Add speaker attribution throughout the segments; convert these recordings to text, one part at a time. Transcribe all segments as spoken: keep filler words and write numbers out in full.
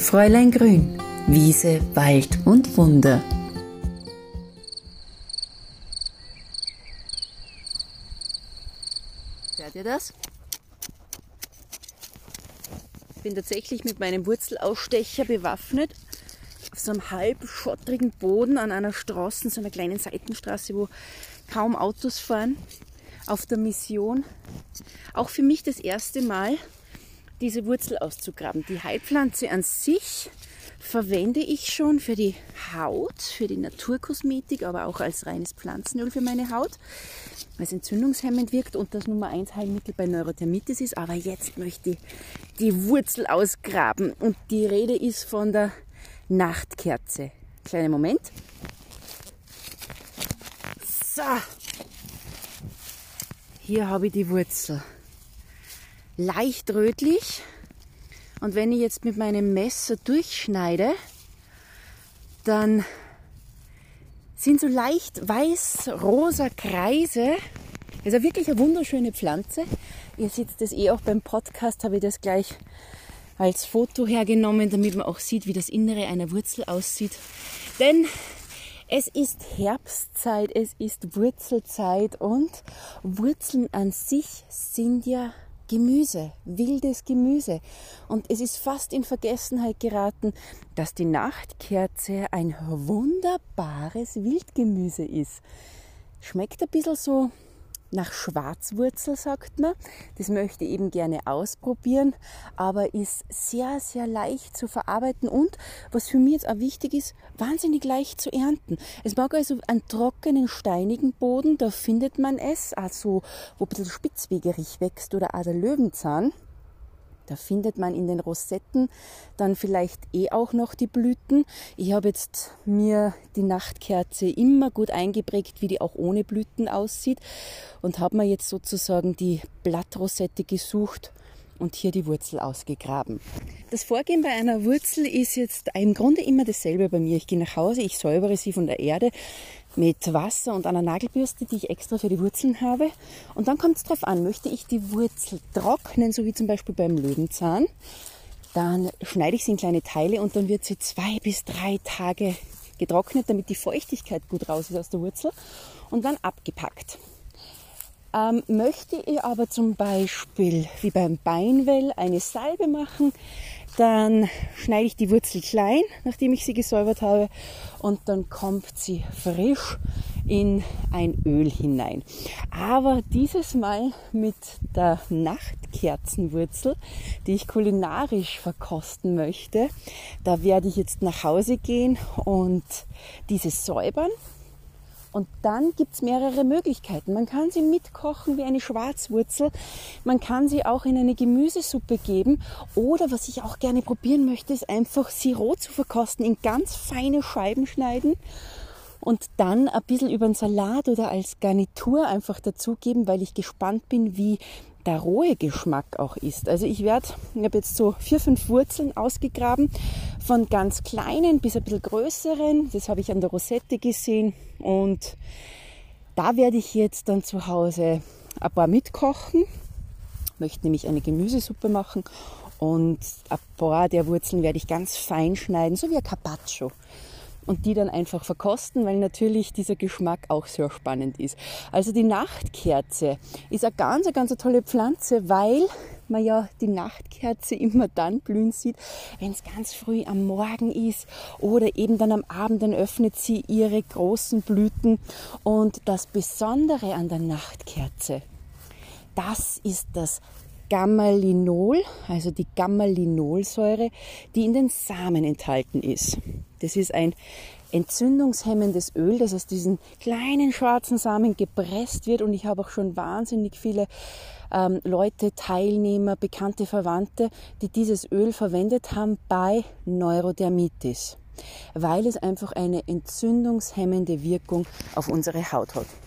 Speaker 1: Fräulein Grün, Wiese, Wald und Wunder.
Speaker 2: Hört ihr das? Ich bin tatsächlich mit meinem Wurzelausstecher bewaffnet auf so einem halb schottrigen Boden an einer Straße, so einer kleinen Seitenstraße, wo kaum Autos fahren, auf der Mission, auch für mich das erste Mal, diese Wurzel auszugraben. Die Heilpflanze an sich verwende ich schon für die Haut, für die Naturkosmetik, aber auch als reines Pflanzenöl für meine Haut, weil es entzündungshemmend wirkt und das Nummer eins Heilmittel bei Neurodermitis ist. Aber jetzt möchte ich die Wurzel ausgraben und die Rede ist von der Nachtkerze. Kleiner Moment. So, hier habe ich die Wurzel. Leicht rötlich, und wenn ich jetzt mit meinem Messer durchschneide, dann sind so leicht weiß-rosa Kreise. Das ist wirklich eine wunderschöne Pflanze. Ihr seht das eh auch beim Podcast, habe ich das gleich als Foto hergenommen, damit man auch sieht, wie das Innere einer Wurzel aussieht. Denn es ist Herbstzeit, es ist Wurzelzeit und Wurzeln an sich sind ja Gemüse, wildes Gemüse. Und es ist fast in Vergessenheit geraten, dass die Nachtkerze ein wunderbares Wildgemüse ist. Schmeckt ein bisschen so nach Schwarzwurzel, sagt man. Das möchte ich eben gerne ausprobieren, aber ist sehr, sehr leicht zu verarbeiten und, was für mich jetzt auch wichtig ist, wahnsinnig leicht zu ernten. Es mag also einen trockenen, steinigen Boden, da findet man es, also wo ein bisschen Spitzwegerich wächst oder auch der Löwenzahn. Da findet man in den Rosetten dann vielleicht eh auch noch die Blüten. Ich habe jetzt mir die Nachtkerze immer gut eingeprägt, wie die auch ohne Blüten aussieht und habe mir jetzt sozusagen die Blattrosette gesucht und hier die Wurzel ausgegraben. Das Vorgehen bei einer Wurzel ist jetzt im Grunde immer dasselbe bei mir. Ich gehe nach Hause, ich säubere sie von der Erde mit Wasser und einer Nagelbürste, die ich extra für die Wurzeln habe. Und dann kommt es darauf an, möchte ich die Wurzel trocknen, so wie zum Beispiel beim Löwenzahn, dann schneide ich sie in kleine Teile und dann wird sie zwei bis drei Tage getrocknet, damit die Feuchtigkeit gut raus ist aus der Wurzel und dann abgepackt. Ähm, möchte ich aber zum Beispiel wie beim Beinwell eine Salbe machen, dann schneide ich die Wurzel klein, nachdem ich sie gesäubert habe, und dann kommt sie frisch in ein Öl hinein. Aber dieses Mal mit der Nachtkerzenwurzel, die ich kulinarisch verkosten möchte. Da werde ich jetzt nach Hause gehen und diese säubern. Und dann gibt es mehrere Möglichkeiten. Man kann sie mitkochen wie eine Schwarzwurzel. Man kann sie auch in eine Gemüsesuppe geben. Oder was ich auch gerne probieren möchte, ist einfach sie roh zu verkosten, in ganz feine Scheiben schneiden und dann ein bisschen über den Salat oder als Garnitur einfach dazugeben, weil ich gespannt bin, wie der rohe Geschmack auch ist. Also ich werde, ich habe jetzt so vier, fünf Wurzeln ausgegraben, von ganz kleinen bis ein bisschen größeren. Das habe ich an der Rosette gesehen und da werde ich jetzt dann zu Hause ein paar mitkochen. Ich möchte nämlich eine Gemüsesuppe machen und ein paar der Wurzeln werde ich ganz fein schneiden, so wie ein Carpaccio. Und die dann einfach verkosten, weil natürlich dieser Geschmack auch sehr spannend ist. Also die Nachtkerze ist eine ganz, ganz eine tolle Pflanze, weil man ja die Nachtkerze immer dann blühen sieht, wenn es ganz früh am Morgen ist oder eben dann am Abend, dann öffnet sie ihre großen Blüten. Und das Besondere an der Nachtkerze, das ist das Gammalinol, also die Gammalinolsäure, die in den Samen enthalten ist. Das ist ein entzündungshemmendes Öl, das aus diesen kleinen schwarzen Samen gepresst wird. Und ich habe auch schon wahnsinnig viele ähm, Leute, Teilnehmer, bekannte Verwandte, die dieses Öl verwendet haben bei Neurodermitis, weil es einfach eine entzündungshemmende Wirkung auf unsere Haut hat.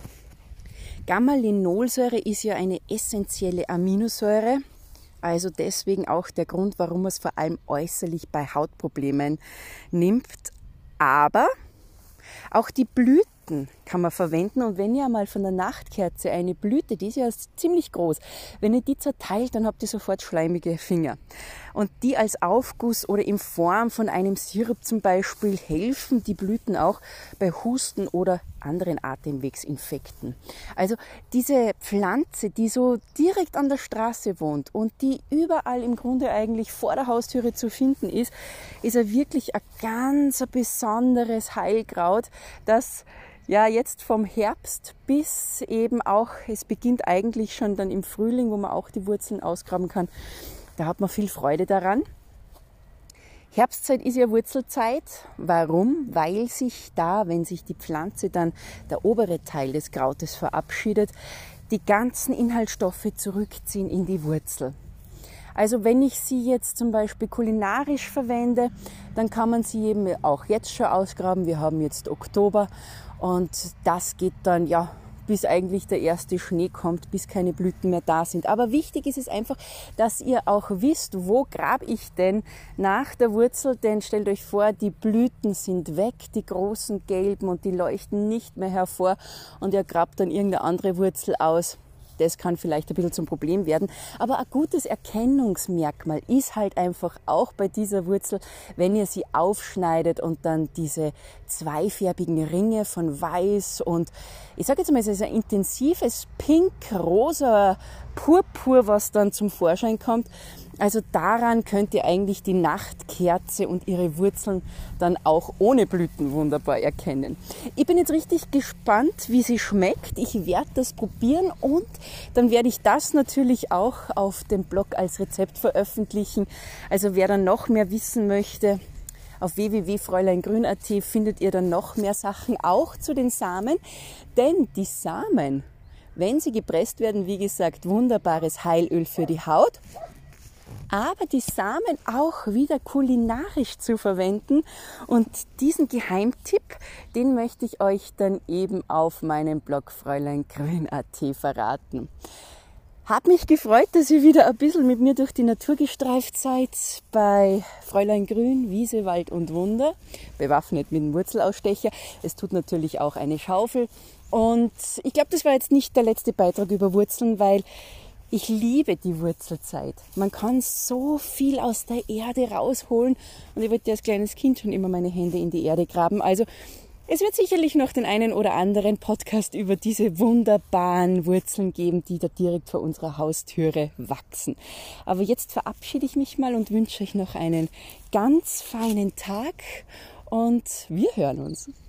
Speaker 2: Gammalinolsäure ist ja eine essentielle Aminosäure, also deswegen auch der Grund, warum man es vor allem äußerlich bei Hautproblemen nimmt. Aber auch die Blüten kann man verwenden. Und wenn ihr einmal von der Nachtkerze eine Blüte, die ist ja ziemlich groß, wenn ihr die zerteilt, dann habt ihr sofort schleimige Finger. Und die als Aufguss oder in Form von einem Sirup zum Beispiel helfen die Blüten auch bei Husten oder anderen Atemwegsinfekten. Also diese Pflanze, die so direkt an der Straße wohnt und die überall im Grunde eigentlich vor der Haustüre zu finden ist, ist ja wirklich ein ganz besonderes Heilkraut, das ja jetzt vom Herbst bis eben auch, es beginnt eigentlich schon dann im Frühling, wo man auch die Wurzeln ausgraben kann. Da hat man viel Freude daran. Herbstzeit ist ja Wurzelzeit. Warum? Weil sich da, wenn sich die Pflanze dann, der obere Teil des Krautes verabschiedet, die ganzen Inhaltsstoffe zurückziehen in die Wurzel. Also wenn ich sie jetzt zum Beispiel kulinarisch verwende, dann kann man sie eben auch jetzt schon ausgraben. Wir haben jetzt Oktober und das geht dann ja bis eigentlich der erste Schnee kommt, bis keine Blüten mehr da sind. Aber wichtig ist es einfach, dass ihr auch wisst, wo grab ich denn nach der Wurzel, denn stellt euch vor, die Blüten sind weg, die großen gelben, und die leuchten nicht mehr hervor und ihr grabt dann irgendeine andere Wurzel aus. Das kann vielleicht ein bisschen zum Problem werden. Aber ein gutes Erkennungsmerkmal ist halt einfach auch bei dieser Wurzel, wenn ihr sie aufschneidet und dann diese zweifärbigen Ringe von weiß und ich sage jetzt mal, es ist ein intensives Pink, Rosa, Purpur, was dann zum Vorschein kommt. Also daran könnt ihr eigentlich die Nachtkerze und ihre Wurzeln dann auch ohne Blüten wunderbar erkennen. Ich bin jetzt richtig gespannt, wie sie schmeckt. Ich werde das probieren und dann werde ich das natürlich auch auf dem Blog als Rezept veröffentlichen. Also wer dann noch mehr wissen möchte, auf w w w punkt fräuleingrün punkt a t findet ihr dann noch mehr Sachen auch zu den Samen. Denn die Samen, wenn sie gepresst werden, wie gesagt, wunderbares Heilöl für die Haut. Aber die Samen auch wieder kulinarisch zu verwenden. Und diesen Geheimtipp, den möchte ich euch dann eben auf meinem Blog fräuleingrün punkt a t verraten. Hat mich gefreut, dass ihr wieder ein bisschen mit mir durch die Natur gestreift seid bei Fräulein Grün, Wiese, Wald und Wunder, bewaffnet mit dem Wurzelausstecher. Es tut natürlich auch eine Schaufel. Und ich glaube, das war jetzt nicht der letzte Beitrag über Wurzeln, weil ich liebe die Wurzelzeit. Man kann so viel aus der Erde rausholen und ich wollte als kleines Kind schon immer meine Hände in die Erde graben. Also es wird sicherlich noch den einen oder anderen Podcast über diese wunderbaren Wurzeln geben, die da direkt vor unserer Haustüre wachsen. Aber jetzt verabschiede ich mich mal und wünsche euch noch einen ganz feinen Tag und wir hören uns.